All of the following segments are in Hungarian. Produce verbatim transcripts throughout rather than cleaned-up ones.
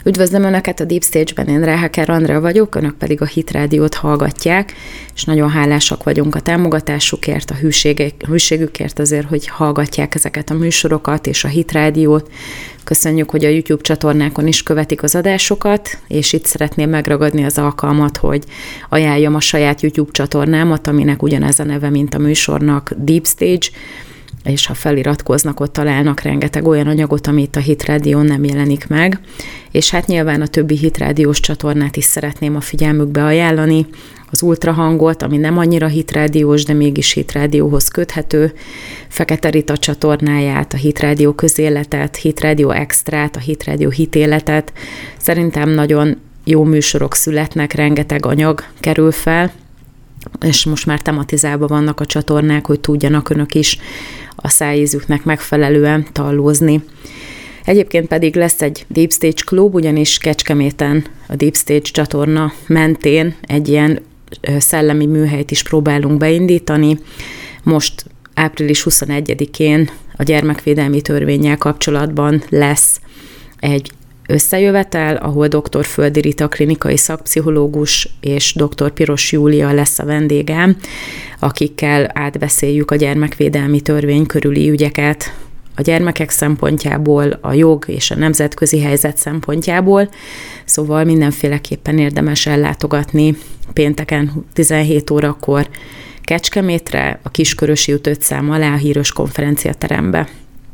Üdvözlöm Önöket a Deep Stage-ben, én Ráhaker Andrea vagyok, Önök pedig a Hit Rádiót hallgatják, és nagyon hálásak vagyunk a támogatásukért, a hűségükért azért, hogy hallgatják ezeket a műsorokat és a Hit Rádiót. Köszönjük, hogy a YouTube csatornákon is követik az adásokat, és itt szeretném megragadni az alkalmat, hogy ajánljam a saját YouTube csatornámat, aminek ugyanez a neve, mint a műsornak, Deep Stage, és ha feliratkoznak, ott találnak rengeteg olyan anyagot, amit a Hit Rádión nem jelenik meg, és hát nyilván a többi Hit Rádiós csatornát is szeretném a figyelmükbe ajánlani, az Ultrahangot, ami nem annyira Hit Rádiós, de mégis Hit Rádióhoz köthető, Fekete Rita csatornáját, a Hit Rádió közéletet, Hit Rádió extrát, a Hit Rádió hitéletet. Szerintem nagyon jó műsorok születnek, rengeteg anyag kerül fel, és most már tematizálva vannak a csatornák, hogy tudjanak Önök is a szájízüknek megfelelően tallózni. Egyébként pedig lesz egy Deep Stage klub, ugyanis Kecskeméten a Deep Stage csatorna mentén egy ilyen szellemi műhelyt is próbálunk beindítani. Most április huszonegyedikén a gyermekvédelmi törvénnyel kapcsolatban lesz egy összejövetel, ahol doktor Földi Rita klinikai szakpszichológus és doktor Piros Júlia lesz a vendégem, akikkel átbeszéljük a gyermekvédelmi törvény körüli ügyeket a gyermekek szempontjából, a jog és a nemzetközi helyzet szempontjából, szóval mindenféleképpen érdemes ellátogatni pénteken tizenhét órakor Kecskemétre, a Kiskörösi út öt szám alá a híres konferenciaterembe.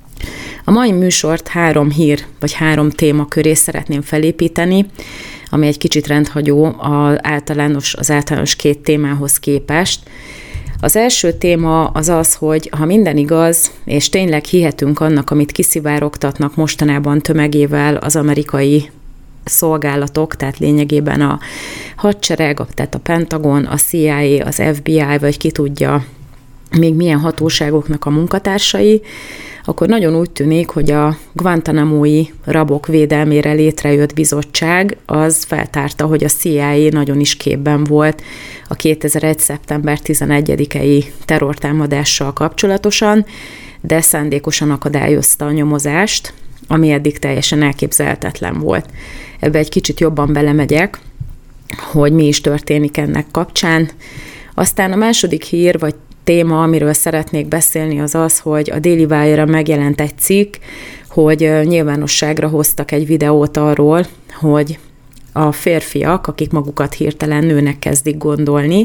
A mai műsort három hír vagy három téma köré szeretném felépíteni, ami egy kicsit rendhagyó az általános, az általános két témához képest. Az első téma az az, hogy ha minden igaz, és tényleg hihetünk annak, amit kiszivárogtatnak mostanában tömegével az amerikai szolgálatok, tehát lényegében a hadsereg, tehát a Pentagon, a C I A, az F B I, vagy ki tudja, még milyen hatóságoknak a munkatársai, akkor nagyon úgy tűnik, hogy a guantanamói rabok védelmére létrejött bizottság az feltárta, hogy a C I A nagyon is képben volt a kétezer-egy. szeptember tizenegyedikei terrortámadással kapcsolatosan, de szándékosan akadályozta a nyomozást, ami eddig teljesen elképzelhetetlen volt. Ebbe egy kicsit jobban belemegyek, hogy mi is történik ennek kapcsán. Aztán a második hír, vagy téma, amiről szeretnék beszélni, az az, hogy a Daily Wire-ra megjelent egy cikk, hogy nyilvánosságra hoztak egy videót arról, hogy a férfiak, akik magukat hirtelen nőnek kezdik gondolni,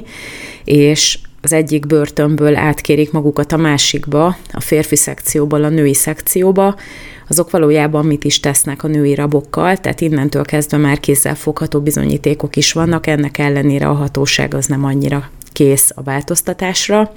és az egyik börtönből átkérik magukat a másikba, a férfi szekcióból a női szekcióba, azok valójában mit is tesznek a női rabokkal, tehát innentől kezdve már kézzelfogható bizonyítékok is vannak, ennek ellenére a hatóság az nem annyira kész a változtatásra.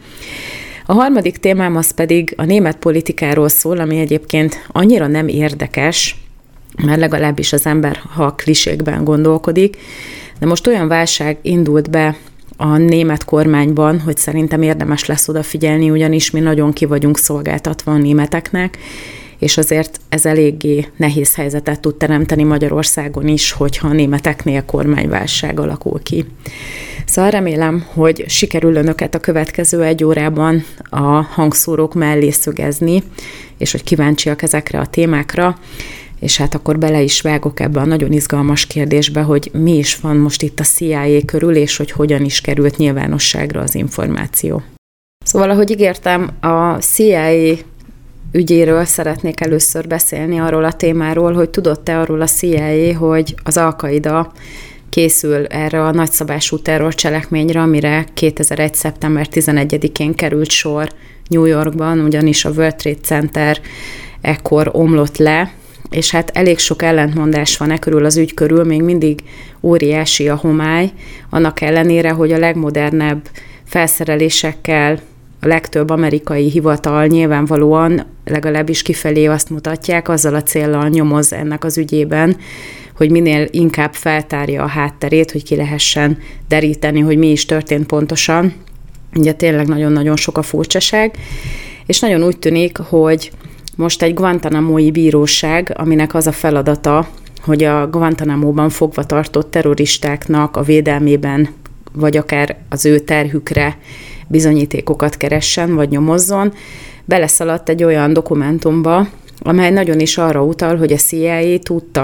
A harmadik témám az pedig a német politikáról szól, ami egyébként annyira nem érdekes, mert legalábbis az ember, ha a klisékben gondolkodik, de most olyan válság indult be a német kormányban, hogy szerintem érdemes lesz odafigyelni, ugyanis mi nagyon ki vagyunk szolgáltatva a németeknek, és azért ez eléggé nehéz helyzetet tud teremteni Magyarországon is, hogyha a németeknél kormányválság alakul ki. Szóval remélem, hogy sikerül Önöket a következő egy órában a hangszórók mellé szögezni, és hogy kíváncsiak ezekre a témákra, és hát akkor bele is vágok ebbe a nagyon izgalmas kérdésbe, hogy mi is van most itt a C I A körül, és hogy hogyan is került nyilvánosságra az információ. Szóval, ahogy ígértem, a C I A ügyéről szeretnék először beszélni, arról a témáról, hogy tudott-e arról a C I A, hogy az Al-Qaida készül erre a nagyszabású terrorcselekményre, amire kétezer-egy. szeptember tizenegyedikén került sor New Yorkban, ugyanis a World Trade Center ekkor omlott le, és hát elég sok ellentmondás van e körül az ügy körül, még mindig óriási a homály, annak ellenére, hogy a legmodernebb felszerelésekkel a legtöbb amerikai hivatal nyilvánvalóan legalábbis kifelé azt mutatják, azzal a céllal nyomoz ennek az ügyében, hogy minél inkább feltárja a hátterét, hogy ki lehessen deríteni, hogy mi is történt pontosan. Ugye tényleg nagyon-nagyon sok a furcsaság, és nagyon úgy tűnik, hogy most egy guantanamói bíróság, aminek az a feladata, hogy a Guantanamóban fogva tartott terroristáknak a védelmében, vagy akár az ő terhükre bizonyítékokat keressen, vagy nyomozzon, beleszaladt egy olyan dokumentumba, amely nagyon is arra utal, hogy a C I A tudta,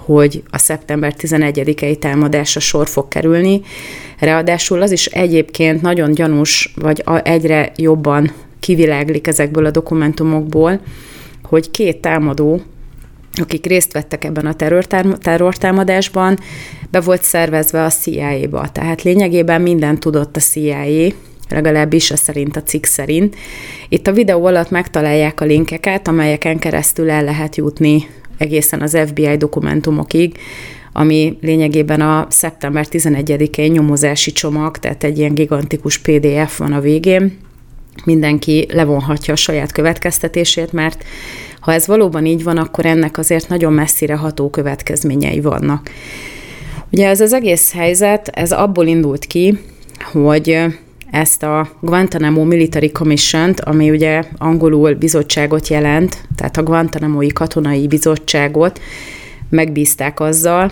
hogy a szeptember tizenegyedikei támadásra sor fog kerülni. Ráadásul az is egyébként nagyon gyanús, vagy egyre jobban kiviláglik ezekből a dokumentumokból, hogy két támadó, akik részt vettek ebben a terrortámadásban, be volt szervezve a C I A-ba. Tehát lényegében mindent tudott a C I A, legalábbis a szerint, a cikk szerint. Itt a videó alatt megtalálják a linkeket, amelyeken keresztül el lehet jutni egészen az F B I dokumentumokig, ami lényegében a szeptember tizenegyedikei nyomozási csomag, tehát egy ilyen gigantikus P D F van a végén. Mindenki levonhatja a saját következtetését, mert ha ez valóban így van, akkor ennek azért nagyon messzire ható következményei vannak. Ugye ez az egész helyzet, ez abból indult ki, hogy ezt a Guantanamo Military Commission-t, ami ugye angolul bizottságot jelent, tehát a Guantanamo-i katonai bizottságot megbízták azzal,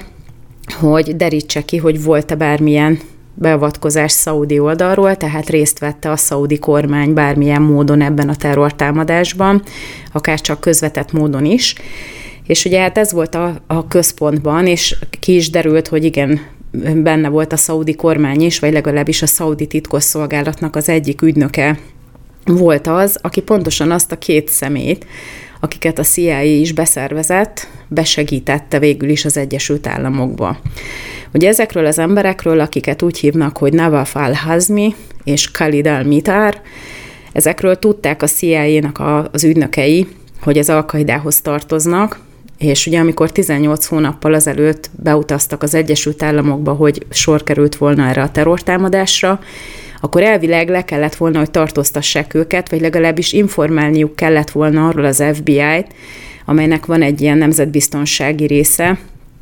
hogy derítse ki, hogy volt-e bármilyen beavatkozás szaudi oldalról, tehát részt vette a szaudi kormány bármilyen módon ebben a terrortámadásban, akár csak közvetett módon is. És ugye hát ez volt a, a központban, és ki is derült, hogy igen, benne volt a szaudi kormány is, vagy legalábbis a szaudi titkosszolgálatnak az egyik ügynöke volt az, aki pontosan azt a két szemét, akiket a C I A is beszervezett, besegítette végül is az Egyesült Államokba. Ugye ezekről az emberekről, akiket úgy hívnak, hogy Nawaf al-Hazmi és Khalid al-Mitar, ezekről tudták a C I A-nak az ügynökei, hogy az Al-Qaidához tartoznak, és ugye amikor tizennyolc hónappal azelőtt beutaztak az Egyesült Államokba, hogy sor került volna erre a terrortámadásra, akkor elvileg le kellett volna, hogy tartóztassák őket, vagy legalábbis informálniuk kellett volna arról az F B I-t, amelynek van egy ilyen nemzetbiztonsági része,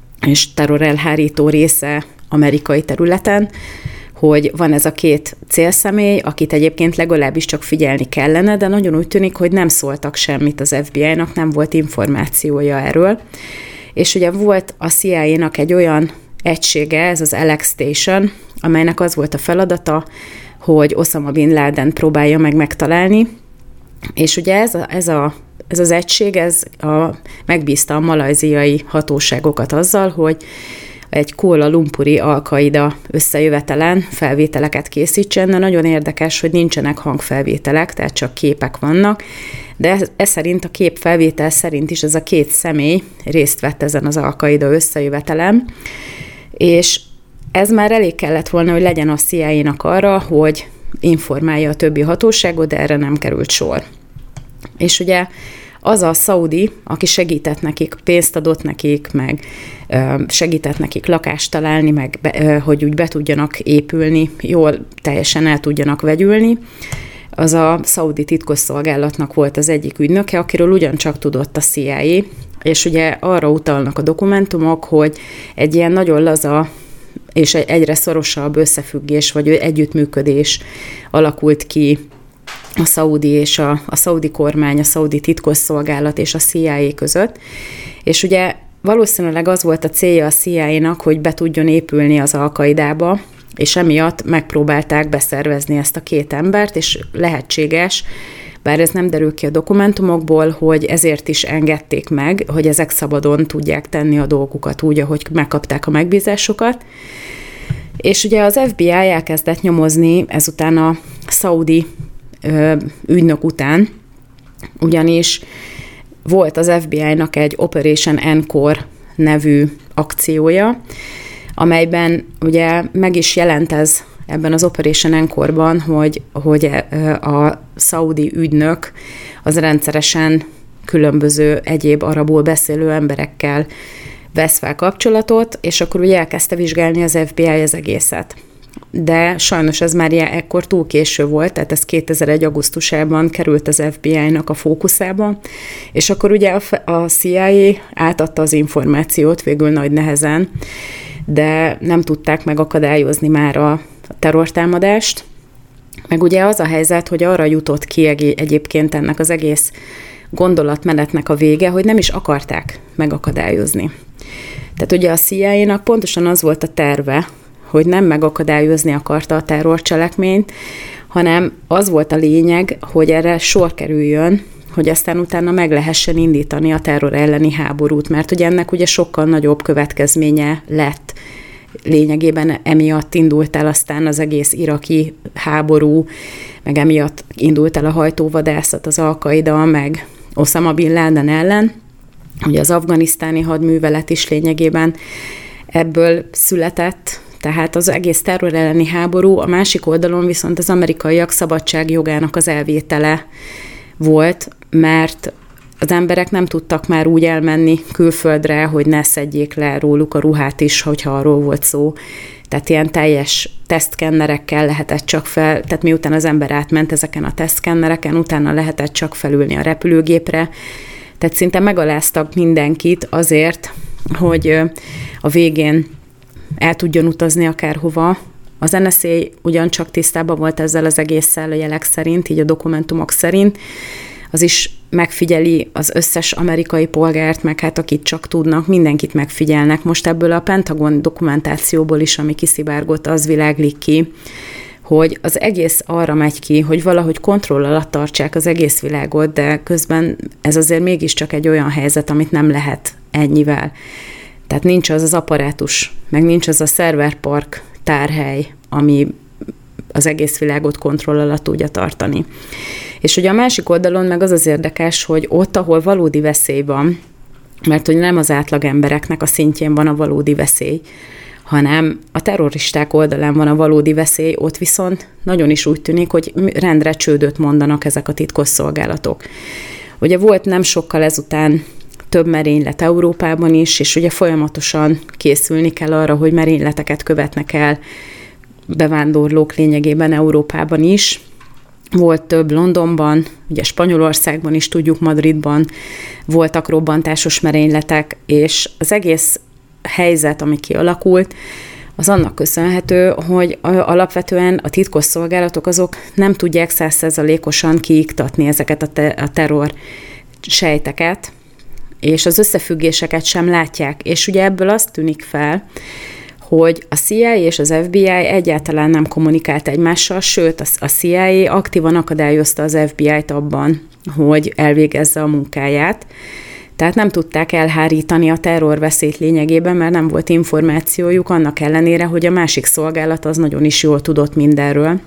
és terrorelhárító része amerikai területen, hogy van ez a két célszemély, akit egyébként legalábbis csak figyelni kellene, de nagyon úgy tűnik, hogy nem szóltak semmit az F B I-nak, nem volt információja erről. És ugye volt a C I A-nak egy olyan egysége, ez az Alex Station, amelynek az volt a feladata, hogy Osama Bin Laden próbálja meg megtalálni, és ugye ez, a, ez, a, ez az egység, ez a, megbízta a malajziai hatóságokat azzal, hogy egy Kuala Lumpuri Al-Qaida összejövetelen felvételeket készítsen, de nagyon érdekes, hogy nincsenek hangfelvételek, tehát csak képek vannak, de ez, ez szerint, a képfelvétel szerint is ez a két személy részt vett ezen az Al-Qaida összejövetelen, és ez már elég kellett volna, hogy legyen a C I A-nak arra, hogy informálja a többi hatóságot, de erre nem került sor. És ugye az a szaudi, aki segített nekik, pénzt adott nekik, meg segített nekik lakást találni, meg be, hogy úgy be tudjanak épülni, jól teljesen el tudjanak vegyülni, az a szaudi titkosszolgálatnak volt az egyik ügynöke, akiről ugyancsak tudott a C I A, és ugye arra utalnak a dokumentumok, hogy egy ilyen nagyon laza és egyre szorosabb összefüggés vagy együttműködés alakult ki a szaudi és a, a szaudi kormány, a szaudi titkosszolgálat és a C I A között. És ugye valószínűleg az volt a célja a C I A-nak, hogy be tudjon épülni az Al-Qaidába, és emiatt megpróbálták beszervezni ezt a két embert, és lehetséges, bár ez nem derül ki a dokumentumokból, hogy ezért is engedték meg, hogy ezek szabadon tudják tenni a dolgukat úgy, ahogy megkapták a megbízásokat. És ugye az F B I elkezdett nyomozni ezután a szaudi ö, ügynök után, ugyanis volt az F B I-nak egy Operation Encore nevű akciója, amelyben ugye meg is jelent ez ebben az Operation Encore-ban, hogy, hogy a szaudi ügynök az rendszeresen különböző egyéb arabul beszélő emberekkel vesz fel kapcsolatot, és akkor ugye elkezdte vizsgálni az F B I az egészet. De sajnos ez már ilyen ekkor túl késő volt, tehát ez kétezer-egy augusztusában került az F B I-nak a fókuszába, és akkor ugye a C I A átadta az információt végül nagy nehezen, de nem tudták megakadályozni már a terrortámadást. Meg ugye az a helyzet, hogy arra jutott ki egyébként ennek az egész gondolatmenetnek a vége, hogy nem is akarták megakadályozni. Tehát ugye a C I A-nak pontosan az volt a terve, hogy nem megakadályozni akarta a terrorcselekményt, hanem az volt a lényeg, hogy erre sor kerüljön, hogy aztán utána meg lehessen indítani a terror elleni háborút, mert ugye ennek ugye sokkal nagyobb következménye lett. Lényegében emiatt indult el aztán az egész iraki háború, meg emiatt indult el a hajtóvadászat, az Al-Qaida, meg Osama Bin Laden ellen. Ugye az afganisztáni hadművelet is lényegében ebből született, tehát az egész terror elleni háború, a másik oldalon viszont az amerikaiak szabadságjogának az elvétele volt, mert az emberek nem tudtak már úgy elmenni külföldre, hogy ne szedjék le róluk a ruhát is, hogyha arról volt szó. Tehát ilyen teljes tesztkennerekkel lehetett csak fel, tehát miután az ember átment ezeken a tesztkennereken, utána lehetett csak felülni a repülőgépre. Tehát szinte megaláztak mindenkit azért, hogy a végén el tudjon utazni akárhova. Az en es á ugyancsak tisztában volt ezzel az egésszel a jelek szerint, így a dokumentumok szerint. Az is megfigyeli az összes amerikai polgárt, meg hát akit csak tudnak, mindenkit megfigyelnek. Most ebből a Pentagon dokumentációból is, ami kiszivárgott, az világlik ki, hogy az egész arra megy ki, hogy valahogy kontroll alatt tartsák az egész világot, de közben ez azért mégiscsak egy olyan helyzet, amit nem lehet ennyivel. Tehát nincs az az apparátus, meg nincs az a szerverpark tárhely, ami az egész világot kontroll alatt tudja tartani. És ugye a másik oldalon meg az az érdekes, hogy ott, ahol valódi veszély van, mert hogy nem az átlag embereknek a szintjén van a valódi veszély, hanem a terroristák oldalán van a valódi veszély, ott viszont nagyon is úgy tűnik, hogy rendre csődöt mondanak ezek a titkosszolgálatok. Ugye volt nem sokkal ezután több merénylet Európában is, és ugye folyamatosan készülni kell arra, hogy merényleteket követnek el bevándorlók lényegében Európában is. Volt több Londonban, ugye Spanyolországban is tudjuk, Madridban voltak robbantásos merényletek, és az egész helyzet, ami kialakult, az annak köszönhető, hogy alapvetően a titkosszolgálatok azok nem tudják száz százalékosan kiiktatni ezeket a, te- a terror sejteket, és az összefüggéseket sem látják. És ugye ebből azt tűnik fel, hogy a cé i á és az ef bé i egyáltalán nem kommunikált egymással, sőt, a cé i á aktívan akadályozta az ef bé í-t abban, hogy elvégezze a munkáját. Tehát nem tudták elhárítani a terrorveszélyt lényegében, mert nem volt információjuk, annak ellenére, hogy a másik szolgálat az nagyon is jól tudott mindenről.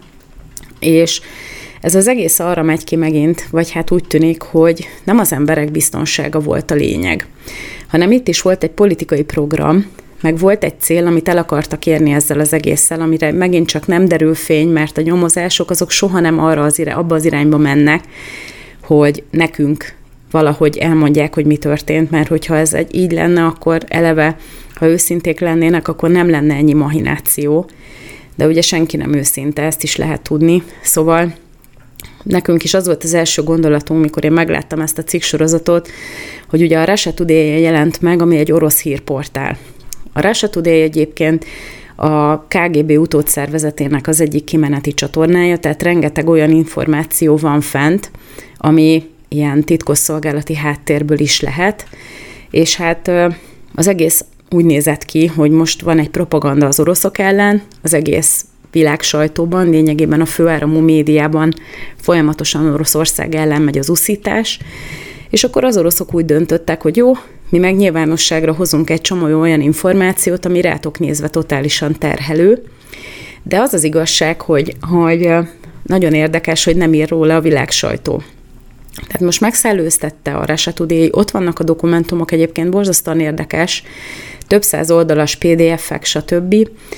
És ez az egész arra megy ki megint, vagy hát úgy tűnik, hogy nem az emberek biztonsága volt a lényeg, hanem itt is volt egy politikai program, meg volt egy cél, amit el akartak érni ezzel az egésszel, amire megint csak nem derül fény, mert a nyomozások azok soha nem arra az irány, abba az irányba mennek, hogy nekünk valahogy elmondják, hogy mi történt, mert hogyha ez egy így lenne, akkor eleve, ha őszinték lennének, akkor nem lenne ennyi mahináció. De ugye senki nem őszinte, ezt is lehet tudni. Szóval nekünk is az volt az első gondolatunk, mikor én megláttam ezt a cikksorozatot, hogy ugye a Russia Today jelent meg, ami egy orosz hírportál. A Russia Today egyébként a ká gé bé utódszervezetének az egyik kimeneti csatornája, tehát rengeteg olyan információ van fent, ami ilyen titkosszolgálati háttérből is lehet, és hát az egész úgy nézett ki, hogy most van egy propaganda az oroszok ellen, az egész világ sajtóban, lényegében a főáramú médiában folyamatosan Oroszország ellen megy az uszítás, és akkor az oroszok úgy döntöttek, hogy jó, mi meg nyilvánosságra hozunk egy csomó olyan információt, ami rátok nézve totálisan terhelő, de az az igazság, hogy, hogy nagyon érdekes, hogy nem ír róla a világ sajtó. Tehát most megszellőztette a Russia Today, ott vannak a dokumentumok, egyébként borzasztóan érdekes, több száz oldalas pé dé ef-ek, stb.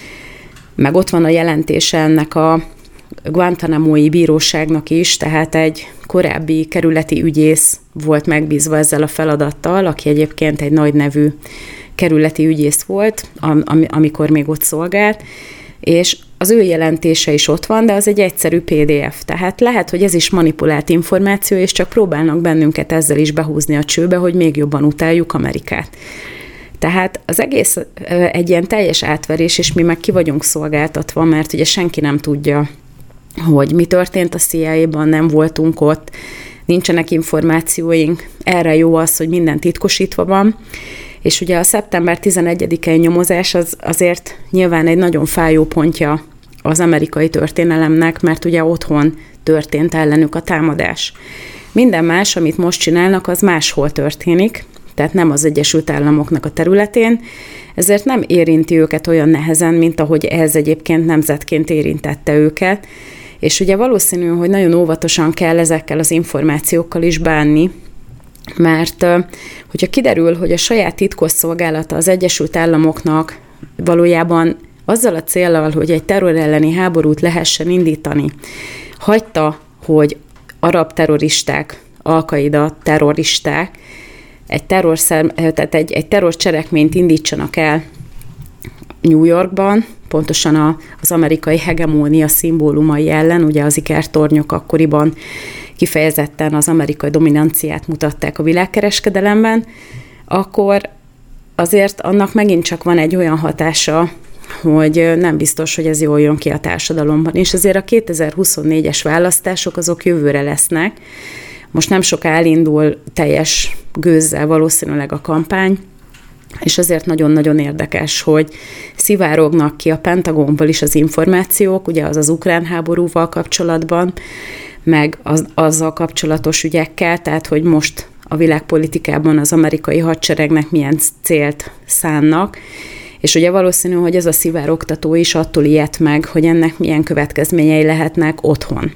Meg ott van a jelentése ennek a Guantanamo-i bíróságnak is, tehát egy korábbi kerületi ügyész volt megbízva ezzel a feladattal, aki egyébként egy nagy nevű kerületi ügyész volt, am- amikor még ott szolgált, és az ő jelentése is ott van, de az egy egyszerű pé dé ef. Tehát lehet, hogy ez is manipulált információ, és csak próbálnak bennünket ezzel is behúzni a csőbe, hogy még jobban utáljuk Amerikát. Tehát az egész egy ilyen teljes átverés, és mi meg ki vagyunk szolgáltatva, mert ugye senki nem tudja, hogy mi történt a cé i á-ban, nem voltunk ott, nincsenek információink. Erre jó az, hogy minden titkosítva van, és ugye a szeptember tizenegyedikei nyomozás az azért nyilván egy nagyon fájó pontja az amerikai történelemnek, mert ugye otthon történt ellenük a támadás. Minden más, amit most csinálnak, az máshol történik, tehát nem az Egyesült Államoknak a területén, ezért nem érinti őket olyan nehezen, mint ahogy ez egyébként nemzetként érintette őket. És ugye valószínű, hogy nagyon óvatosan kell ezekkel az információkkal is bánni, mert hogyha kiderül, hogy a saját titkosszolgálata az Egyesült Államoknak valójában azzal a céllal, hogy egy terror elleni háborút lehessen indítani, hagyta, hogy arab terroristák, al-Qaida terroristák egy, terrorszer, tehát egy, egy terrorcselekményt indítsanak el New Yorkban, pontosan a, az amerikai hegemónia szimbólumai ellen, ugye az ikertornyok akkoriban kifejezetten az amerikai dominanciát mutatták a világkereskedelemben, akkor azért annak megint csak van egy olyan hatása, hogy nem biztos, hogy ez jól jön ki a társadalomban. És azért a kétezer-huszonnégyes választások azok jövőre lesznek. Most nem soká elindul teljes gőzzel valószínűleg a kampány, és azért nagyon-nagyon érdekes, hogy szivárognak ki a Pentagonból is az információk, ugye az az ukrán háborúval kapcsolatban, meg az, azzal kapcsolatos ügyekkel, tehát hogy most a világpolitikában az amerikai hadseregnek milyen célt szánnak, és ugye valószínű, hogy ez a szivárogtató is attól ijedt meg, hogy ennek milyen következményei lehetnek otthon.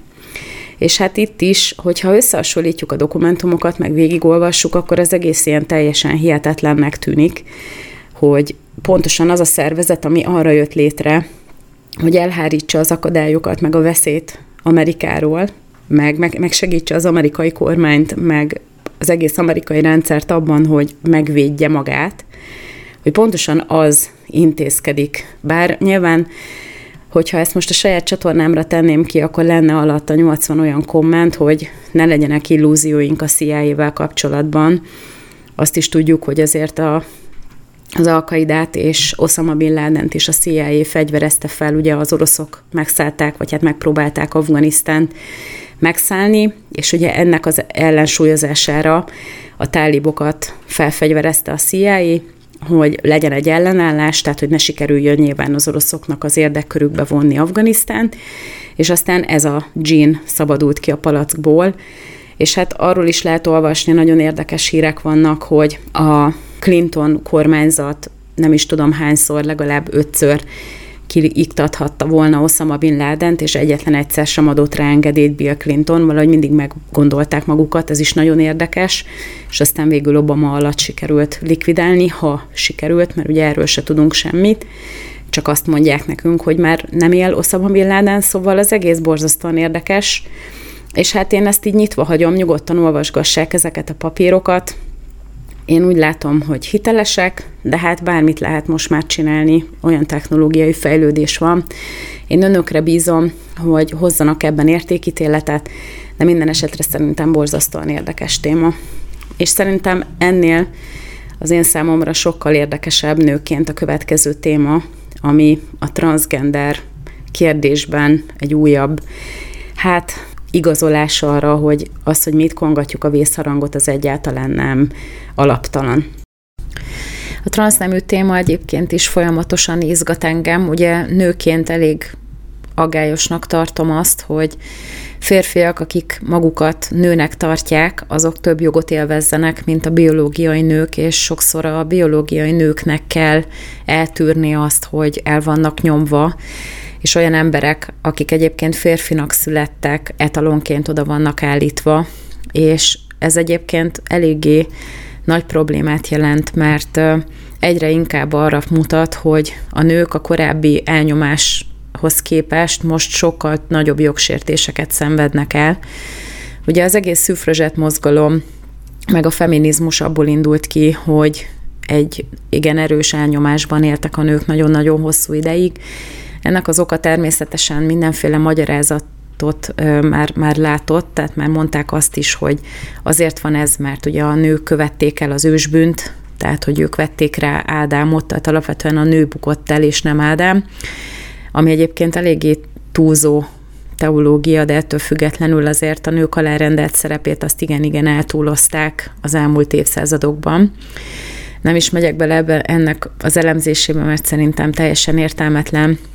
És hát itt is, hogyha összehasonlítjuk a dokumentumokat, meg végigolvassuk, akkor az egész ilyen teljesen hihetetlennek tűnik, hogy pontosan az a szervezet, ami arra jött létre, hogy elhárítsa az akadályokat, meg a veszélyt Amerikáról, meg, meg, meg segítse az amerikai kormányt, meg az egész amerikai rendszert abban, hogy megvédje magát, hogy pontosan az intézkedik. Bár nyilván, hogyha ezt most a saját csatornámra tenném ki, akkor lenne alatt a nyolcvan olyan komment, hogy ne legyenek illúzióink a C I A-vel kapcsolatban. Azt is tudjuk, hogy azért a, az Al-Qaidát és Osama Bin Ladent is a C I A fegyverezte fel, ugye az oroszok megszállták, vagy hát megpróbálták Afganisztánt megszállni, és ugye ennek az ellensúlyozására a tálibokat felfegyverezte a C I A, hogy legyen egy ellenállás, tehát hogy ne sikerüljön nyilván az oroszoknak az érdekkörükbe vonni Afganisztánt, és aztán ez a dzsin szabadult ki a palackból, és hát arról is lehet olvasni, nagyon érdekes hírek vannak, hogy a Clinton kormányzat nem is tudom hányszor, legalább ötször kiiktathatta volna Osama Bin Ladent, és egyetlen egyszer sem adott rá engedélyt Bill Clinton, valahogy mindig meggondolták magukat, ez is nagyon érdekes, és aztán végül Obama alatt sikerült likvidálni, ha sikerült, mert ugye erről se tudunk semmit, csak azt mondják nekünk, hogy már nem él Osama Bin Laden, szóval az egész borzasztóan érdekes, és hát én ezt így nyitva hagyom, nyugodtan olvasgassák ezeket a papírokat. Én úgy látom, hogy hitelesek, de hát bármit lehet most már csinálni, olyan technológiai fejlődés van. Én önökre bízom, hogy hozzanak ebben értékítéletet, de minden esetre szerintem borzasztóan érdekes téma. És szerintem ennél az én számomra sokkal érdekesebb nőként a következő téma, ami a transgender kérdésben egy újabb, hát igazolás arra, hogy az, hogy mit kongatjuk a vészharangot, az egyáltalán nem alaptalan. A transznemű téma egyébként is folyamatosan izgat engem. Ugye nőként elég aggályosnak tartom azt, hogy férfiak, akik magukat nőnek tartják, azok több jogot élvezzenek, mint a biológiai nők, és sokszor a biológiai nőknek kell eltűrni azt, hogy el vannak nyomva, és olyan emberek, akik egyébként férfinak születtek, etalonként oda vannak állítva, és ez egyébként eléggé nagy problémát jelent, mert egyre inkább arra mutat, hogy a nők a korábbi elnyomáshoz képest most sokkal nagyobb jogsértéseket szenvednek el. Ugye az egész szüfrözset mozgalom, meg a feminizmus abból indult ki, hogy egy igen erős elnyomásban éltek a nők nagyon-nagyon hosszú ideig. Ennek az oka természetesen mindenféle magyarázatot ö, már, már látott, tehát már mondták azt is, hogy azért van ez, mert ugye a nők követték el az ősbűnt, tehát hogy ők vették rá Ádámot, tehát alapvetően a nő bukott el, és nem Ádám, ami egyébként eléggé túlzó teológia, de ettől függetlenül azért a nők alárendelt szerepét azt igen-igen eltúlozták az elmúlt évszázadokban. Nem is megyek bele ebbe ennek az elemzésébe, mert szerintem teljesen értelmetlen,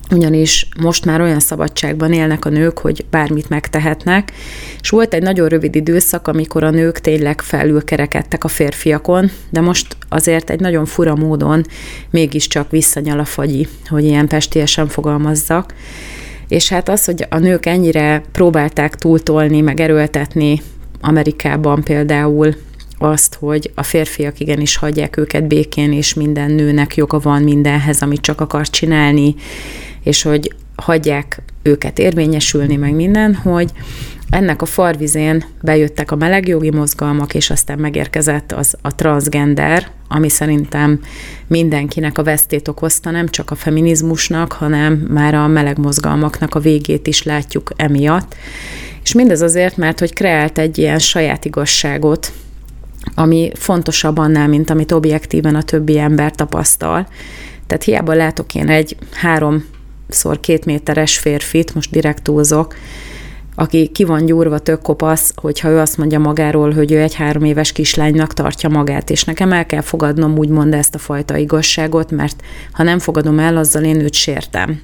ugyanis most már olyan szabadságban élnek a nők, hogy bármit megtehetnek, és volt egy nagyon rövid időszak, amikor a nők tényleg felülkerekedtek a férfiakon, de most azért egy nagyon fura módon mégiscsak visszanyal a fagyi, hogy ilyen pestélyesen fogalmazzak. És hát az, hogy a nők ennyire próbálták túltolni, meg erőltetni Amerikában például azt, hogy a férfiak igenis hagyják őket békén, és minden nőnek joga van mindenhez, amit csak akar csinálni, és hogy hagyják őket érvényesülni, meg minden, hogy ennek a farvizén bejöttek a melegjogi mozgalmak, és aztán megérkezett az a transgender, ami szerintem mindenkinek a vesztét okozta, nem csak a feminizmusnak, hanem már a meleg mozgalmaknak a végét is látjuk emiatt. És mindez azért, mert hogy kreált egy ilyen saját igazságot, ami fontosabb annál, mint amit objektíven a többi ember tapasztal. Tehát hiába látok én egy háromszor két méteres férfit, most direkt túlzok, aki ki van gyúrva, tök kopasz, hogyha ő azt mondja magáról, hogy ő egy három éves kislánynak tartja magát, és nekem el kell fogadnom úgymond ezt a fajta igazságot, mert ha nem fogadom el, azzal én őt sértem.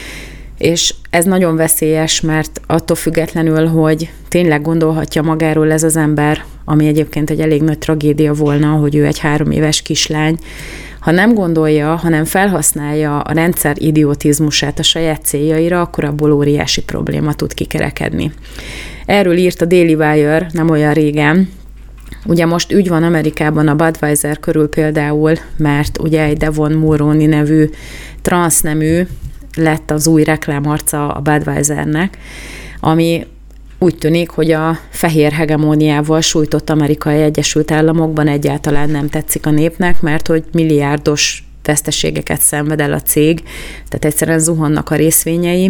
És ez nagyon veszélyes, mert attól függetlenül, hogy tényleg gondolhatja magáról ez az ember, ami egyébként egy elég nagy tragédia volna, hogy ő egy három éves kislány, ha nem gondolja, hanem felhasználja a rendszer idiotizmusát a saját céljaira, akkor abból óriási probléma tud kikerekedni. Erről írt a Daily Wire nem olyan régen. Ugye most ügy van Amerikában a Budweiser körül például, mert ugye egy Devon Mulroney nevű transznemű lett az új reklámarca a Budweisernek, ami úgy tűnik, hogy a fehér hegemóniával sújtott Amerikai Egyesült Államokban egyáltalán nem tetszik a népnek, mert hogy milliárdos veszteségeket szenved el a cég, tehát egyszerűen zuhannak a részvényei,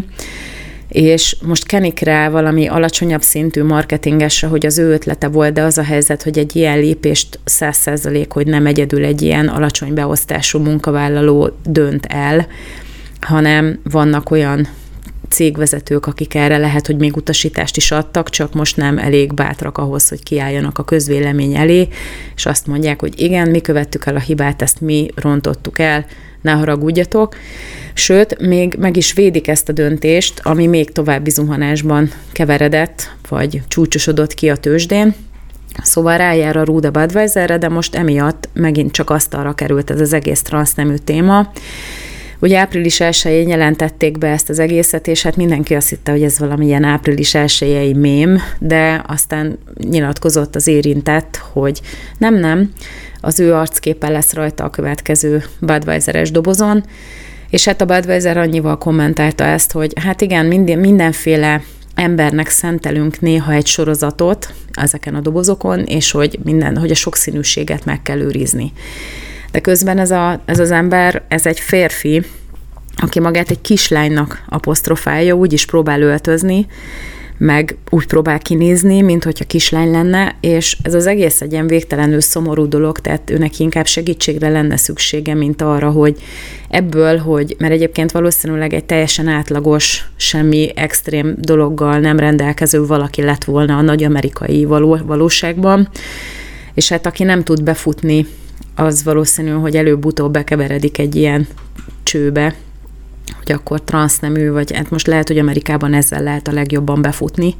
és most kenik rá valami alacsonyabb szintű marketingesre, hogy az ő ötlete volt, de az a helyzet, hogy egy ilyen lépést száz százalék, hogy nem egyedül egy ilyen alacsony beosztású munkavállaló dönt el, hanem vannak olyan cégvezetők, akik erre lehet, hogy még utasítást is adtak, csak most nem elég bátrak ahhoz, hogy kiálljanak a közvélemény elé, és azt mondják, hogy igen, mi követtük el a hibát, ezt mi rontottuk el, ne haragudjatok. Sőt, még meg is védik ezt a döntést, ami még további zuhanásban keveredett, vagy csúcsosodott ki a tőzsdén. Szóval rájár a rúd a Budweiserre, de most emiatt megint csak asztalra került ez az egész transznemű téma. Ugye április elsején jelentették be ezt az egészet, és hát mindenki azt hitte, hogy ez valamilyen április elsejei mém, de aztán nyilatkozott az érintett, hogy nem, nem, az ő arcképe lesz rajta a következő Budweiseres dobozon, és hát a Budweiser annyival kommentálta ezt, hogy hát igen, minden, mindenféle embernek szentelünk néha egy sorozatot ezeken a dobozokon, és hogy, minden, hogy a sokszínűséget meg kell őrizni. De közben ez, a, ez az ember, ez egy férfi, aki magát egy kislánynak apostrofálja, úgy is próbál öltözni, meg úgy próbál kinézni, mint hogyha kislány lenne, és ez az egész egy ilyen végtelenül szomorú dolog, tehát őnek inkább segítségre lenne szüksége, mint arra, hogy ebből, hogy, mert egyébként valószínűleg egy teljesen átlagos, semmi extrém dologgal nem rendelkező valaki lett volna a nagy amerikai való, valóságban, és hát aki nem tud befutni, az valószínű, hogy előbb-utóbb bekeveredik egy ilyen csőbe, hogy akkor transznemű, vagy hát most lehet, hogy Amerikában ezzel lehet a legjobban befutni.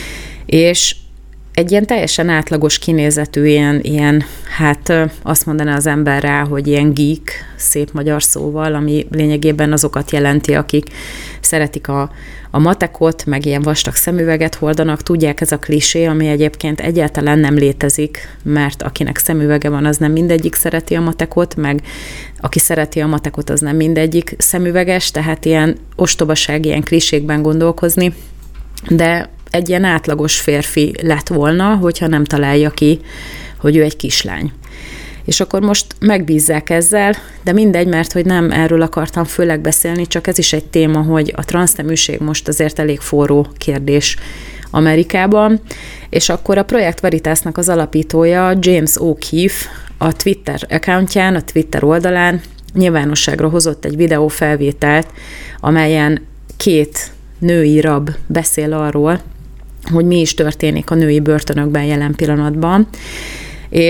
És egy ilyen teljesen átlagos kinézetű, ilyen, ilyen hát azt mondaná az ember rá, hogy ilyen geek, szép magyar szóval, ami lényegében azokat jelenti, akik szeretik a, a matekot, meg ilyen vastag szemüveget hordanak, tudják, ez a klisé, ami egyébként egyáltalán nem létezik, mert akinek szemüvege van, az nem mindegyik szereti a matekot, meg aki szereti a matekot, az nem mindegyik szemüveges, tehát ilyen ostobaság, ilyen klisékben gondolkozni, de egy ilyen átlagos férfi lett volna, hogyha nem találja ki, hogy ő egy kislány. És akkor most megbízzák ezzel, de mindegy, mert hogy nem erről akartam főleg beszélni, csak ez is egy téma, hogy a transzneműség most azért elég forró kérdés Amerikában, és akkor a Projekt Veritasnak az alapítója, James O'Keefe, a Twitter accountján, a Twitter oldalán nyilvánosságra hozott egy videófelvételt, amelyen két női rab beszél arról, hogy mi is történik a női börtönökben jelen pillanatban, és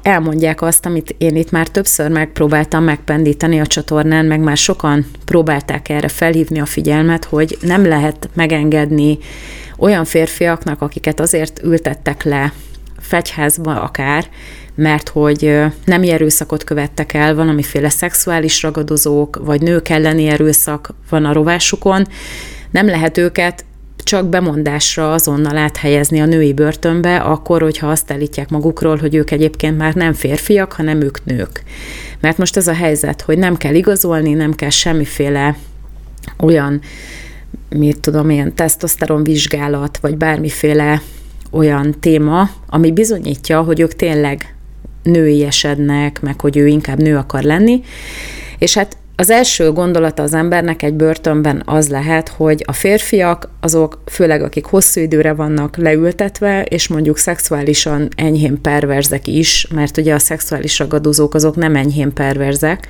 elmondják azt, amit én itt már többször megpróbáltam megpendíteni a csatornán, meg már sokan próbálták erre felhívni a figyelmet, hogy nem lehet megengedni olyan férfiaknak, akiket azért ültettek le fegyházba akár, mert hogy nemi erőszakot követtek el, valamiféle szexuális ragadozók, vagy nők elleni erőszak van a rovásukon, nem lehet őket csak bemondásra azonnal áthelyezni a női börtönbe, akkor, hogyha azt állítják magukról, hogy ők egyébként már nem férfiak, hanem ők nők. Mert most ez a helyzet, hogy nem kell igazolni, nem kell semmiféle olyan, mit tudom, ilyen tesztoszteron vizsgálat, vagy bármiféle olyan téma, ami bizonyítja, hogy ők tényleg nőiesednek, meg hogy ő inkább nő akar lenni, és hát az első gondolata az embernek egy börtönben az lehet, hogy a férfiak, azok főleg akik hosszú időre vannak leültetve, és mondjuk szexuálisan enyhén perverzek is, mert ugye a szexuális ragadozók azok nem enyhén perverzek,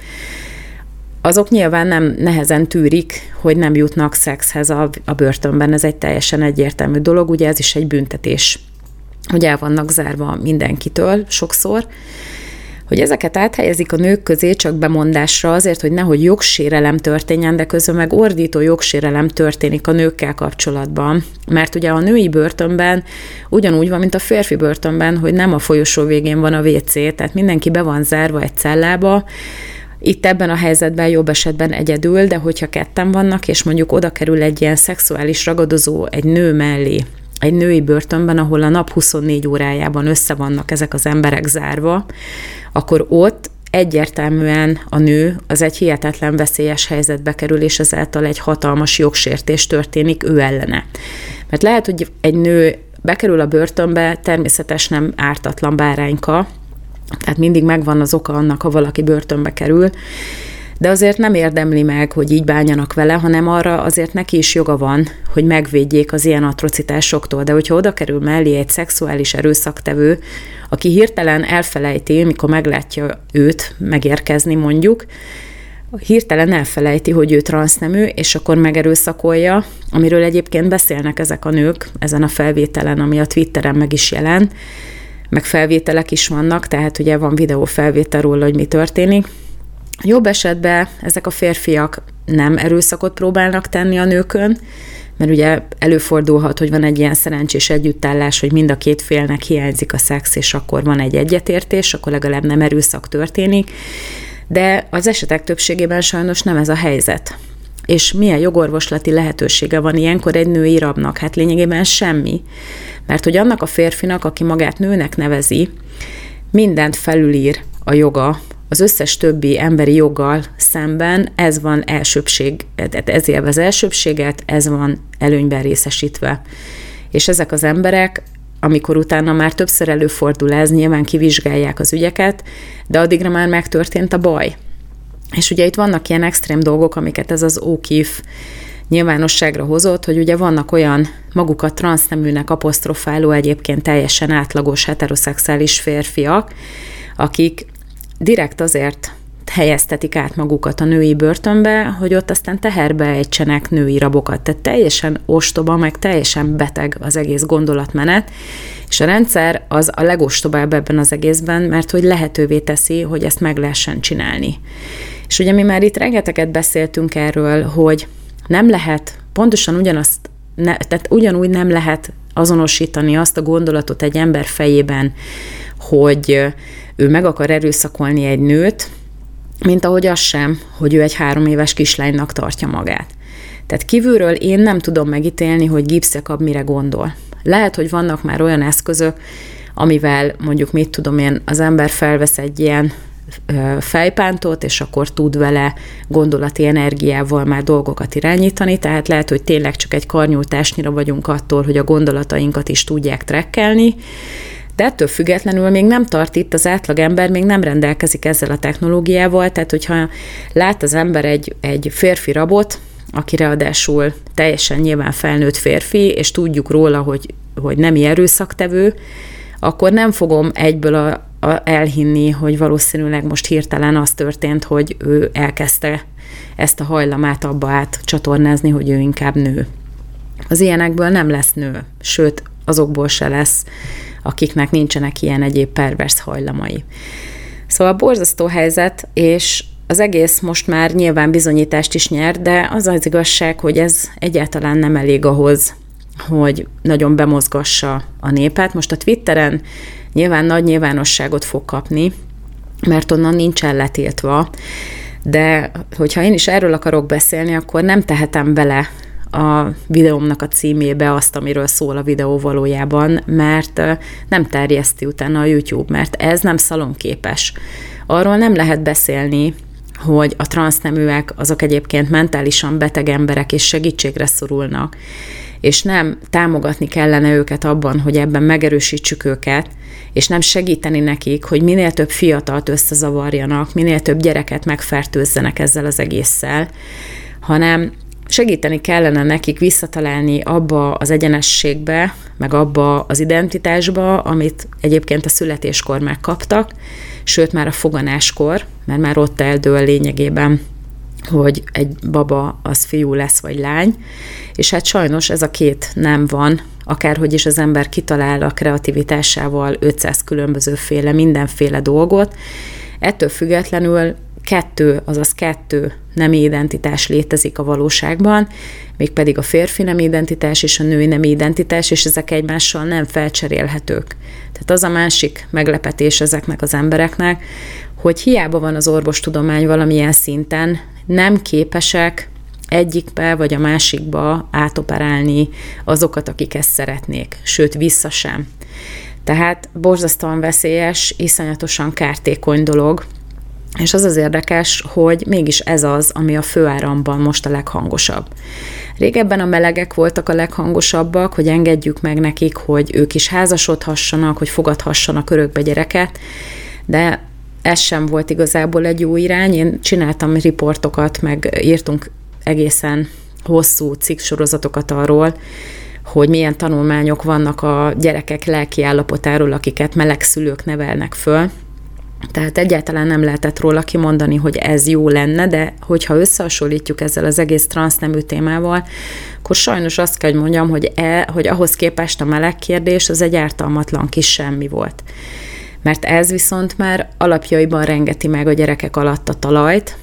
azok nyilván nem nehezen tűrik, hogy nem jutnak szexhez a, a börtönben. Ez egy teljesen egyértelmű dolog, ugye ez is egy büntetés, hogy el vannak zárva mindenkitől sokszor, hogy ezeket áthelyezik a nők közé csak bemondásra azért, hogy nehogy jogsérelem történjen, de közben meg ordító jogsérelem történik a nőkkel kapcsolatban. Mert ugye a női börtönben ugyanúgy van, mint a férfi börtönben, hogy nem a folyosó végén van a vé cé, tehát mindenki be van zárva egy cellába. Itt ebben a helyzetben jobb esetben egyedül, de hogyha ketten vannak, és mondjuk oda kerül egy ilyen szexuális ragadozó egy nő mellé, egy női börtönben, ahol a nap huszonnégy órájában össze vannak ezek az emberek zárva, akkor ott egyértelműen a nő az egy hihetetlen veszélyes helyzetbe kerül, és ezáltal egy hatalmas jogsértés történik ő ellene. Mert lehet, hogy egy nő bekerül a börtönbe, természetes nem ártatlan bárányka, tehát mindig megvan az oka annak, ha valaki börtönbe kerül, de azért nem érdemli meg, hogy így bánjanak vele, hanem arra azért neki is joga van, hogy megvédjék az ilyen atrocitásoktól. De hogyha oda kerül mellé egy szexuális erőszaktevő, aki hirtelen elfelejti, mikor meglátja őt megérkezni mondjuk, hirtelen elfelejti, hogy ő transznemű, és akkor megerőszakolja, amiről egyébként beszélnek ezek a nők ezen a felvételen, ami a Twitteren meg is jelent, meg felvételek is vannak, tehát ugye van videó felvétel róla, hogy mi történik. Jobb esetben ezek a férfiak nem erőszakot próbálnak tenni a nőkön, mert ugye előfordulhat, hogy van egy ilyen szerencsés együttállás, hogy mind a két félnek hiányzik a szex, és akkor van egy egyetértés, akkor legalább nem erőszak történik, de az esetek többségében sajnos nem ez a helyzet. És milyen jogorvoslati lehetősége van ilyenkor egy női rabnak? Hát lényegében semmi. Mert hogy annak a férfinak, aki magát nőnek nevezi, mindent felülír a joga, az összes többi emberi joggal szemben ez van elsőbség, ez élvez elsőbséget, ez van előnyben részesítve. És ezek az emberek, amikor utána már többször előfordul ez, nyilván kivizsgálják az ügyeket, de addigra már megtörtént a baj. És ugye itt vannak ilyen extrém dolgok, amiket ez az O'Keefe nyilvánosságra hozott, hogy ugye vannak olyan magukat transzneműnek apostrofáló, egyébként teljesen átlagos heteroszexuális férfiak, akik direkt azért helyeztetik át magukat a női börtönbe, hogy ott aztán teherbe ejtsenek női rabokat. Tehát teljesen ostoba, meg teljesen beteg az egész gondolatmenet, és a rendszer az a legostobább ebben az egészben, mert hogy lehetővé teszi, hogy ezt meg lehessen csinálni. És ugye mi már itt rengeteget beszéltünk erről, hogy nem lehet, pontosan ugyanazt, ne, tehát ugyanúgy nem lehet azonosítani azt a gondolatot egy ember fejében, hogy ő meg akar erőszakolni egy nőt, mint ahogy az sem, hogy ő egy három éves kislánynak tartja magát. Tehát kívülről én nem tudom megítélni, hogy Gibbs Jakab mire gondol. Lehet, hogy vannak már olyan eszközök, amivel mondjuk mit tudom én, az ember felvesz egy ilyen fejpántot, és akkor tud vele gondolati energiával már dolgokat irányítani, tehát lehet, hogy tényleg csak egy karnyújtásnyira vagyunk attól, hogy a gondolatainkat is tudják trekkelni, de ettől függetlenül még nem tart itt, az átlagember még nem rendelkezik ezzel a technológiával, tehát hogyha lát az ember egy, egy férfi rabot, aki ráadásul teljesen nyilván felnőtt férfi, és tudjuk róla, hogy, hogy nemi erőszaktevő, akkor nem fogom egyből a, a, elhinni, hogy valószínűleg most hirtelen az történt, hogy ő elkezdte ezt a hajlamát abba át csatornázni, hogy ő inkább nő. Az ilyenekből nem lesz nő, sőt, azokból se lesz, akiknek nincsenek ilyen egyéb pervers hajlamai. Szóval borzasztó helyzet, és az egész most már nyilván bizonyítást is nyer, de az az igazság, hogy ez egyáltalán nem elég ahhoz, hogy nagyon bemozgassa a népet. Most a Twitteren nyilván nagy nyilvánosságot fog kapni, mert onnan nincsen letiltva, de hogyha én is erről akarok beszélni, akkor nem tehetem bele a videómnak a címébe azt, amiről szól a videó valójában, mert nem terjeszti utána a YouTube, mert ez nem szalonképes. Arról nem lehet beszélni, hogy a transzneműek azok egyébként mentálisan beteg emberek és segítségre szorulnak, és nem támogatni kellene őket abban, hogy ebben megerősítsük őket, és nem segíteni nekik, hogy minél több fiatalt összezavarjanak, minél több gyereket megfertőzzenek ezzel az egésszel, hanem segíteni kellene nekik visszatalálni abba az egyenességbe, meg abba az identitásba, amit egyébként a születéskor megkaptak, sőt már a foganáskor, mert már ott eldől lényegében, hogy egy baba az fiú lesz, vagy lány, és hát sajnos ez a két nem van, akárhogy is az ember kitalál a kreativitásával ötszáz különbözőféle, mindenféle dolgot, ettől függetlenül kettő, azaz kettő nemi identitás létezik a valóságban, mégpedig a férfi nemi identitás és a női nemi identitás, és ezek egymással nem felcserélhetők. Tehát az a másik meglepetés ezeknek az embereknek, hogy hiába van az orvostudomány valamilyen szinten, nem képesek egyikbe vagy a másikba átoperálni azokat, akik ezt szeretnék, sőt vissza sem. Tehát borzasztóan veszélyes, iszonyatosan kártékony dolog, és az az érdekes, hogy mégis ez az, ami a főáramban most a leghangosabb. Régebben a melegek voltak a leghangosabbak, hogy engedjük meg nekik, hogy ők is házasodhassanak, hogy fogadhassanak örökbe gyereket, de ez sem volt igazából egy jó irány. Én csináltam riportokat, meg írtunk egészen hosszú cikksorozatokat arról, hogy milyen tanulmányok vannak a gyerekek lelki állapotáról, akiket meleg szülők nevelnek föl. Tehát egyáltalán nem lehetett róla kimondani, hogy ez jó lenne, de hogyha összehasonlítjuk ezzel az egész transznemű témával, akkor sajnos azt kell, hogy mondjam, hogy, e, hogy ahhoz képest a meleg kérdés az egy ártalmatlan kis semmi volt. Mert ez viszont már alapjaiban rengeti meg a gyerekek alatt a talajt,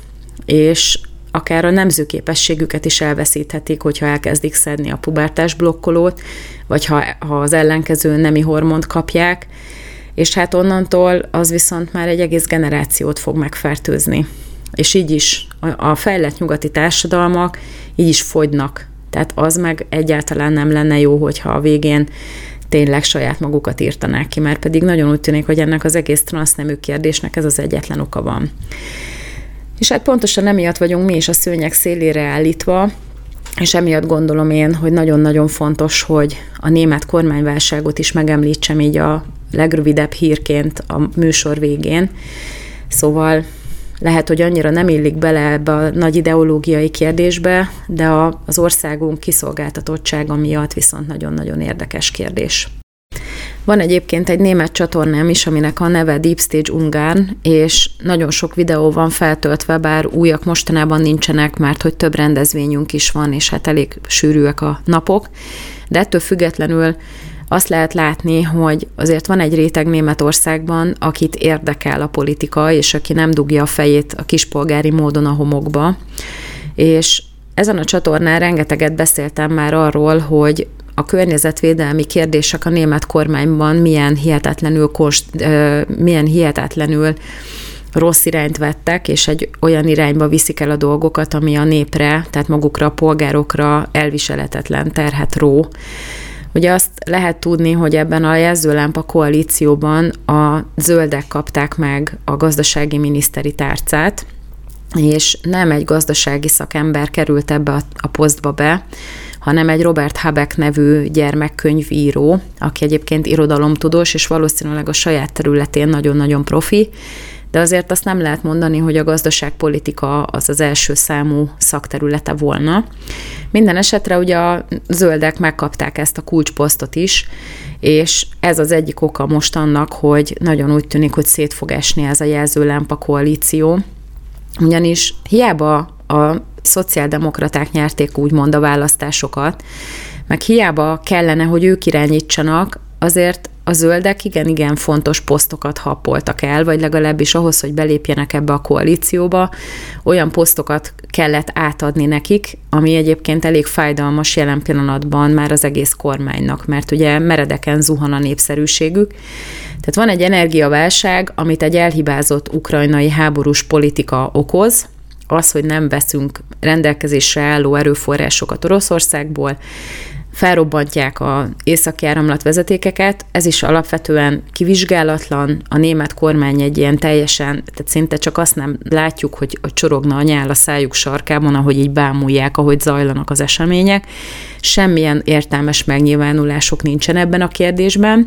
és akár a nemzőképességüket is elveszíthetik, hogyha elkezdik szedni a pubertás blokkolót, vagy ha, ha az ellenkező nemi hormont kapják, és hát onnantól az viszont már egy egész generációt fog megfertőzni. És így is a fejlett nyugati társadalmak így is fogynak. Tehát az meg egyáltalán nem lenne jó, hogyha a végén tényleg saját magukat írtanák ki, mert pedig nagyon úgy tűnik, hogy ennek az egész transznemű kérdésnek ez az egyetlen oka van. És hát pontosan emiatt vagyunk mi is a szőnyeg szélére állítva, és emiatt gondolom én, hogy nagyon-nagyon fontos, hogy a német kormányválságot is megemlítsem így a legrövidebb hírként a műsor végén. Szóval lehet, hogy annyira nem illik bele ebbe a nagy ideológiai kérdésbe, de a, az országunk kiszolgáltatottsága miatt viszont nagyon-nagyon érdekes kérdés. Van egyébként egy német csatornám is, aminek a neve Deep Stage Ungarn, és nagyon sok videó van feltöltve, bár újak mostanában nincsenek, mert hogy több rendezvényünk is van, és hát elég sűrűek a napok, de ettől függetlenül azt lehet látni, hogy azért van egy réteg Németországban, akit érdekel a politika, és aki nem dugja a fejét a kispolgári módon a homokba, és ezen a csatornán rengeteget beszéltem már arról, hogy a környezetvédelmi kérdések a német kormányban milyen hihetetlenül, konst, milyen hihetetlenül rossz irányt vettek, és egy olyan irányba viszik el a dolgokat, ami a népre, tehát magukra, a polgárokra elviselhetetlen terhet ró. Ugye azt lehet tudni, hogy ebben a jelzőlámpa koalícióban a zöldek kapták meg a gazdasági miniszteri tárcát, és nem egy gazdasági szakember került ebbe a, a posztba be, hanem egy Robert Habeck nevű gyermekkönyvíró, aki egyébként irodalomtudós, és valószínűleg a saját területén nagyon-nagyon profi, de azért azt nem lehet mondani, hogy a gazdaságpolitika az az első számú szakterülete volna. Minden esetre ugye a zöldek megkapták ezt a kulcsposztot is, és ez az egyik oka most annak, hogy nagyon úgy tűnik, hogy szét fog esni ez a jelzőlámpa koalíció, ugyanis hiába a szociáldemokraták nyerték úgymond a választásokat, meg hiába kellene, hogy ők irányítsanak, azért a zöldek igen-igen fontos posztokat happoltak el, vagy legalábbis ahhoz, hogy belépjenek ebbe a koalícióba, olyan posztokat kellett átadni nekik, ami egyébként elég fájdalmas jelen pillanatban már az egész kormánynak, mert ugye meredeken zuhan a népszerűségük. Tehát van egy energiaválság, amit egy elhibázott ukrajnai háborús politika okoz, az, hogy nem veszünk rendelkezésre álló erőforrásokat Oroszországból, felrobbantják az északi áramlat vezetékeket, ez is alapvetően kivizsgálatlan, a német kormány egy ilyen teljesen, tehát szinte csak azt nem látjuk, hogy csorogna a nyál a szájuk sarkában, ahogy így bámulják, ahogy zajlanak az események. Semmilyen értelmes megnyilvánulások nincsen ebben a kérdésben.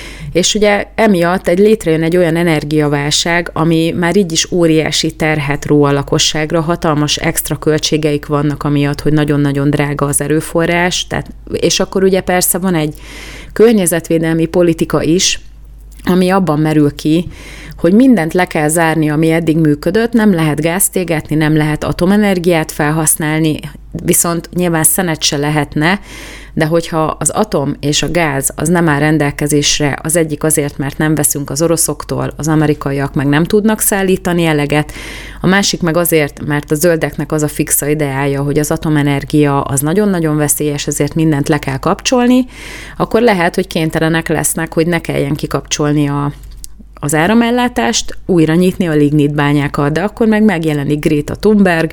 És ugye emiatt egy létrejön egy olyan energiaválság, ami már így is óriási terhet ró a lakosságra, hatalmas extra költségeik vannak amiatt, hogy nagyon-nagyon drága az erőforrás, tehát, és akkor ugye persze van egy környezetvédelmi politika is, ami abban merül ki, hogy mindent le kell zárni, ami eddig működött, nem lehet gázt égetni, nem lehet atomenergiát felhasználni, viszont nyilván szenet se lehetne, de hogyha az atom és a gáz az nem áll rendelkezésre, az egyik azért, mert nem veszünk az oroszoktól, az amerikaiak meg nem tudnak szállítani eleget, a másik meg azért, mert a zöldeknek az a fixa ideája, hogy az atomenergia az nagyon-nagyon veszélyes, ezért mindent le kell kapcsolni, akkor lehet, hogy kénytelenek lesznek, hogy ne kelljen kikapcsolni a az áramellátást, újra nyitni a lignitbányákat, de akkor meg megjelenik Greta Thunberg,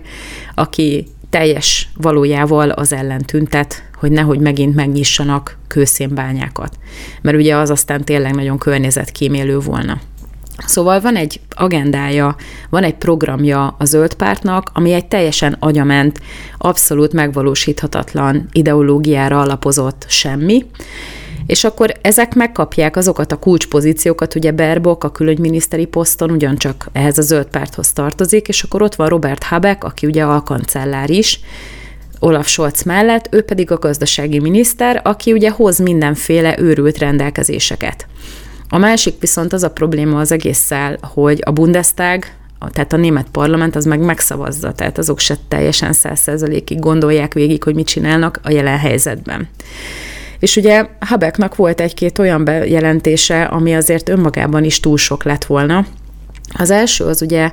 aki teljes valójával az ellen tüntet, hogy nehogy megint megnyissanak kőszénbányákat. Mert ugye az aztán tényleg nagyon környezetkímélő volna. Szóval van egy agendája, van egy programja a Zöld Pártnak, ami egy teljesen agyament, abszolút megvalósíthatatlan ideológiára alapozott semmi, és akkor ezek megkapják azokat a kulcspozíciókat, ugye Baerbock a külügyminiszteri poszton ugyancsak ehhez a Zöld Párthoz tartozik, és akkor ott van Robert Habeck, aki ugye alkancellár is, Olaf Scholz mellett, ő pedig a gazdasági miniszter, aki ugye hoz mindenféle őrült rendelkezéseket. A másik viszont az a probléma az egésszel, hogy a Bundestag, tehát a német parlament az meg megszavazza, tehát azok se teljesen száz százalékig gondolják végig, hogy mit csinálnak a jelen helyzetben. És ugye Habecknak volt egy-két olyan bejelentése, ami azért önmagában is túl sok lett volna. Az első az ugye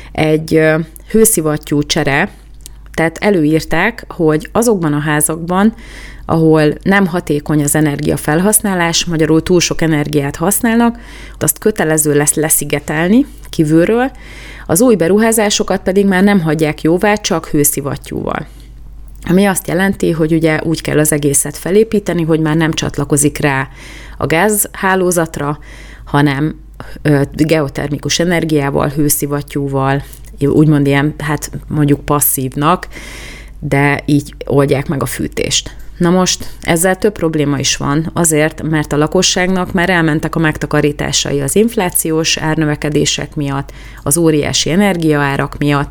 egy hőszivattyú csere, tehát előírták, hogy azokban a házakban, ahol nem hatékony az energiafelhasználás, magyarul túl sok energiát használnak, azt kötelező lesz leszigetelni kívülről, az új beruházásokat pedig már nem hagyják jóvá, csak hőszivattyúval. Ami azt jelenti, hogy ugye úgy kell az egészet felépíteni, hogy már nem csatlakozik rá a gázhálózatra, hanem geotermikus energiával, hőszivattyúval, úgymond ilyen, hát mondjuk passzívnak, de így oldják meg a fűtést. Na most ezzel több probléma is van, azért, mert a lakosságnak már elmentek a megtakarításai az inflációs árnövekedések miatt, az óriási energiaárak miatt,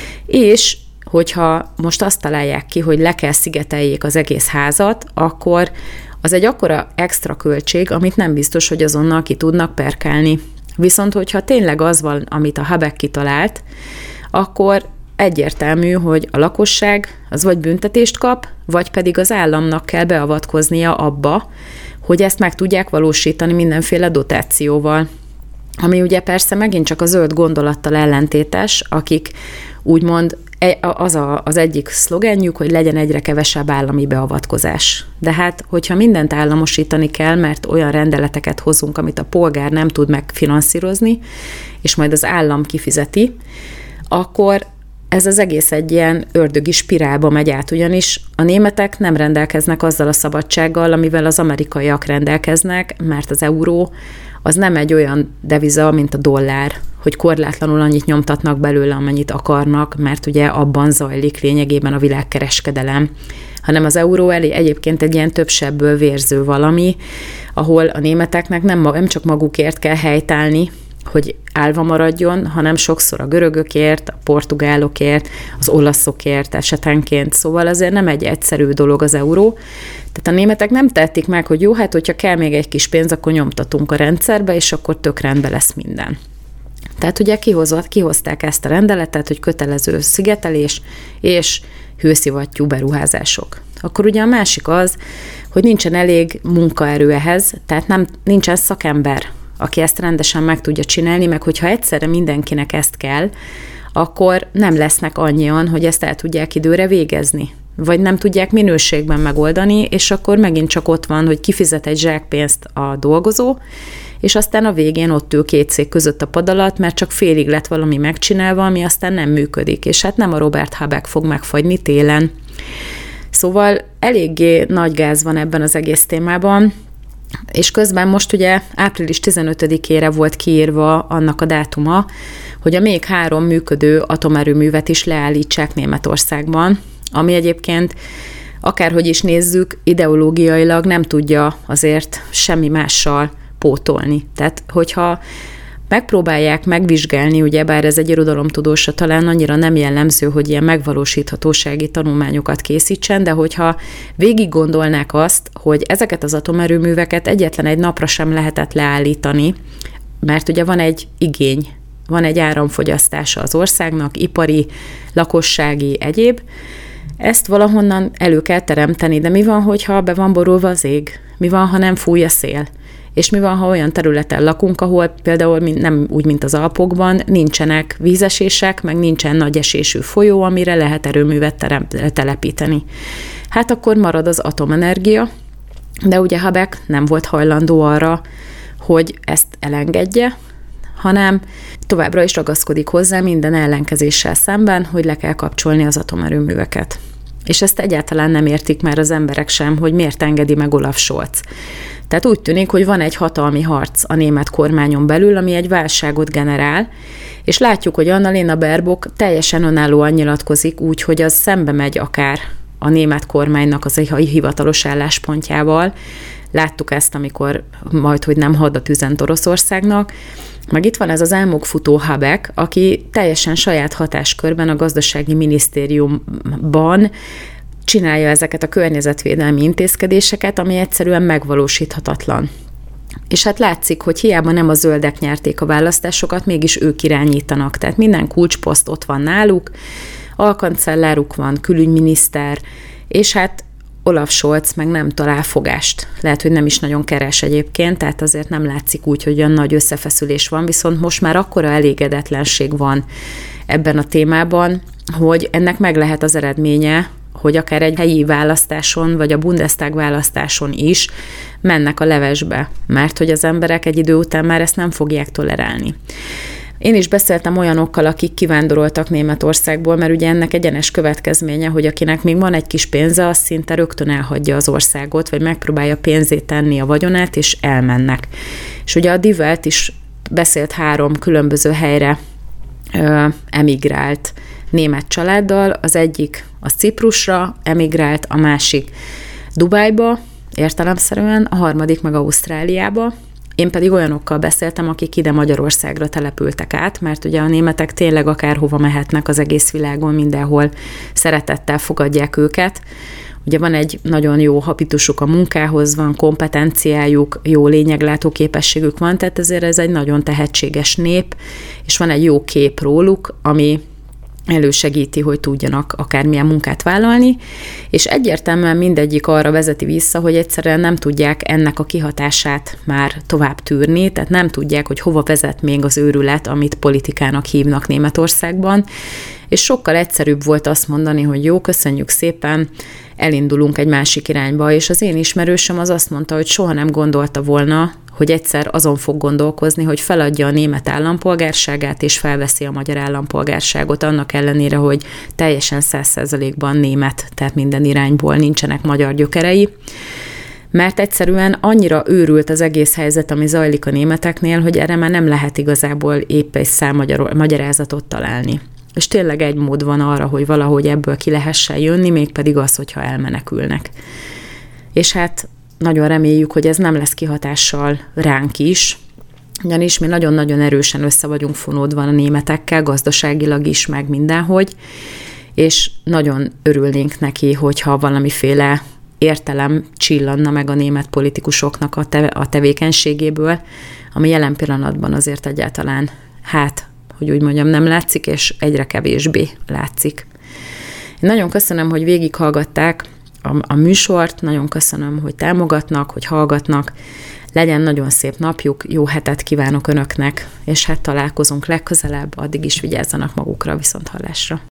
és hogyha most azt találják ki, hogy le kell szigeteljék az egész házat, akkor az egy akkora extra költség, amit nem biztos, hogy azonnal ki tudnak perkálni. Viszont, hogyha tényleg az van, amit a Habeck kitalált, akkor egyértelmű, hogy a lakosság az vagy büntetést kap, vagy pedig az államnak kell beavatkoznia abba, hogy ezt meg tudják valósítani mindenféle dotációval. Ami ugye persze megint csak a zöld gondolattal ellentétes, akik úgymond az a, az egyik szlogenjük, hogy legyen egyre kevesebb állami beavatkozás. De hát, hogyha mindent államosítani kell, mert olyan rendeleteket hozunk, amit a polgár nem tud megfinanszírozni, és majd az állam kifizeti, akkor ez az egész egy ilyen ördögi spirálba megy át, ugyanis a németek nem rendelkeznek azzal a szabadsággal, amivel az amerikaiak rendelkeznek, mert az euró az nem egy olyan deviza, mint a dollár, hogy korlátlanul annyit nyomtatnak belőle, amennyit akarnak, mert ugye abban zajlik lényegében a világkereskedelem, hanem az euró elé egyébként egy ilyen több sebből vérző valami, ahol a németeknek nem, nem csak magukért kell helytállni, hogy állva maradjon, hanem sokszor a görögökért, a portugálokért, az olaszokért esetenként. Szóval azért nem egy egyszerű dolog az euró. Tehát a németek nem tehetik meg, hogy jó, hát hogyha kell még egy kis pénz, akkor nyomtatunk a rendszerbe, és akkor tök rendben lesz minden. Tehát ugye kihozott, kihozták ezt a rendeletet, hogy kötelező szigetelés és hőszivattyú beruházások. Akkor ugye a másik az, hogy nincsen elég munkaerő ehhez, tehát nem, nincsen szakember, aki ezt rendesen meg tudja csinálni, meg hogyha egyszerre mindenkinek ezt kell, akkor nem lesznek annyian, hogy ezt el tudják időre végezni. Vagy nem tudják minőségben megoldani, és akkor megint csak ott van, hogy kifizet egy zsákpénzt a dolgozó, és aztán a végén ott ül két cég között a pad alatt, mert csak félig lett valami megcsinálva, ami aztán nem működik, és hát nem a Robert Habeck fog megfagyni télen. Szóval eléggé nagy gáz van ebben az egész témában, és közben most ugye április tizenötödikére volt kiírva annak a dátuma, hogy a még három működő atomerőművet is leállítsák Németországban, ami egyébként akárhogy is nézzük, ideológiailag nem tudja azért semmi mással pótolni. Tehát, hogyha megpróbálják megvizsgálni, ugye bár ez egy irodalomtudósra talán annyira nem jellemző, hogy ilyen megvalósíthatósági tanulmányokat készítsen, de hogyha végig gondolnák azt, hogy ezeket az atomerőműveket egyetlen egy napra sem lehetett leállítani, mert ugye van egy igény, van egy áramfogyasztása az országnak, ipari, lakossági, egyéb, ezt valahonnan elő kell teremteni, de mi van, hogyha be van borulva az ég? Mi van, ha nem fúj a szél? És mi van, ha olyan területen lakunk, ahol például nem úgy, mint az Alpokban, nincsenek vízesések, meg nincsen nagy esésű folyó, amire lehet erőművet terem- telepíteni. Hát akkor marad az atomenergia, de ugye Habeck nem volt hajlandó arra, hogy ezt elengedje, hanem továbbra is ragaszkodik hozzá minden ellenkezéssel szemben, hogy le kell kapcsolni az atomerőműveket. És ezt egyáltalán nem értik már az emberek sem, hogy miért engedi meg Olaf Scholz. Tehát úgy tűnik, hogy van egy hatalmi harc a német kormányon belül, ami egy válságot generál, és látjuk, hogy Annalena Baerbock teljesen önállóan nyilatkozik úgy, hogy az szembe megy akár a német kormánynak az hivatalos álláspontjával. Láttuk ezt, amikor majd, hogy nem hadat üzent Oroszországnak. Meg itt van ez az álmokfutó Habeck, aki teljesen saját hatáskörben a gazdasági minisztériumban csinálja ezeket a környezetvédelmi intézkedéseket, ami egyszerűen megvalósíthatatlan. És hát látszik, hogy hiába nem a zöldek nyerték a választásokat, mégis ők irányítanak. Tehát minden kulcsposzt ott van náluk, alkancelláruk van, külügyminiszter, és hát Olaf Scholz meg nem talál fogást. Lehet, hogy nem is nagyon keres egyébként, tehát azért nem látszik úgy, hogy olyan nagy összefeszülés van, viszont most már akkora elégedetlenség van ebben a témában, hogy ennek meg lehet az eredménye, hogy akár egy helyi választáson, vagy a Bundestag választáson is mennek a levesbe, mert hogy az emberek egy idő után már ezt nem fogják tolerálni. Én is beszéltem olyanokkal, akik kivándoroltak Németországból, mert ugye ennek egyenes következménye, hogy akinek még van egy kis pénze, az szinte rögtön elhagyja az országot, vagy megpróbálja pénzét tenni a vagyonát, és elmennek. És ugye a Die Welt is beszélt három különböző helyre ö, emigrált német családdal, az egyik az Ciprusra emigrált, a másik Dubájba, értelemszerűen, a harmadik meg Ausztráliába. Én pedig olyanokkal beszéltem, akik ide Magyarországra települtek át, mert ugye a németek tényleg akárhova mehetnek az egész világon, mindenhol szeretettel fogadják őket. Ugye van egy nagyon jó habitusuk a munkához, van kompetenciájuk, jó lényeglátó képességük van, tehát ezért ez egy nagyon tehetséges nép, és van egy jó kép róluk, ami elősegíti, hogy tudjanak akármilyen munkát vállalni, és egyértelműen mindegyik arra vezeti vissza, hogy egyszerűen nem tudják ennek a kihatását már tovább tűrni, tehát nem tudják, hogy hova vezet még az őrület, amit politikának hívnak Németországban, és sokkal egyszerűbb volt azt mondani, hogy jó, köszönjük szépen, elindulunk egy másik irányba, és az én ismerősöm az azt mondta, hogy soha nem gondolta volna, hogy egyszer azon fog gondolkozni, hogy feladja a német állampolgárságát, és felveszi a magyar állampolgárságot, annak ellenére, hogy teljesen száz százalékban német, tehát minden irányból nincsenek magyar gyökerei. Mert egyszerűen annyira őrült az egész helyzet, ami zajlik a németeknél, hogy erre már nem lehet igazából épp egy szám magyarázatot találni. És tényleg egy mód van arra, hogy valahogy ebből ki lehessen jönni, mégpedig az, hogyha elmenekülnek. És hát nagyon reméljük, hogy ez nem lesz kihatással ránk is, ugyanis mi nagyon-nagyon erősen össze vagyunk fonódva a németekkel, gazdaságilag is, meg mindenhogy, és nagyon örülnénk neki, hogyha valamiféle értelem csillanna meg a német politikusoknak a, te- a tevékenységéből, ami jelen pillanatban azért egyáltalán, hát, hogy úgy mondjam, nem látszik, és egyre kevésbé látszik. Én nagyon köszönöm, hogy végighallgatták a, a műsort, nagyon köszönöm, hogy támogatnak, hogy hallgatnak, legyen nagyon szép napjuk, jó hetet kívánok önöknek, és hát találkozunk legközelebb, addig is vigyázzanak magukra, viszont hallásra.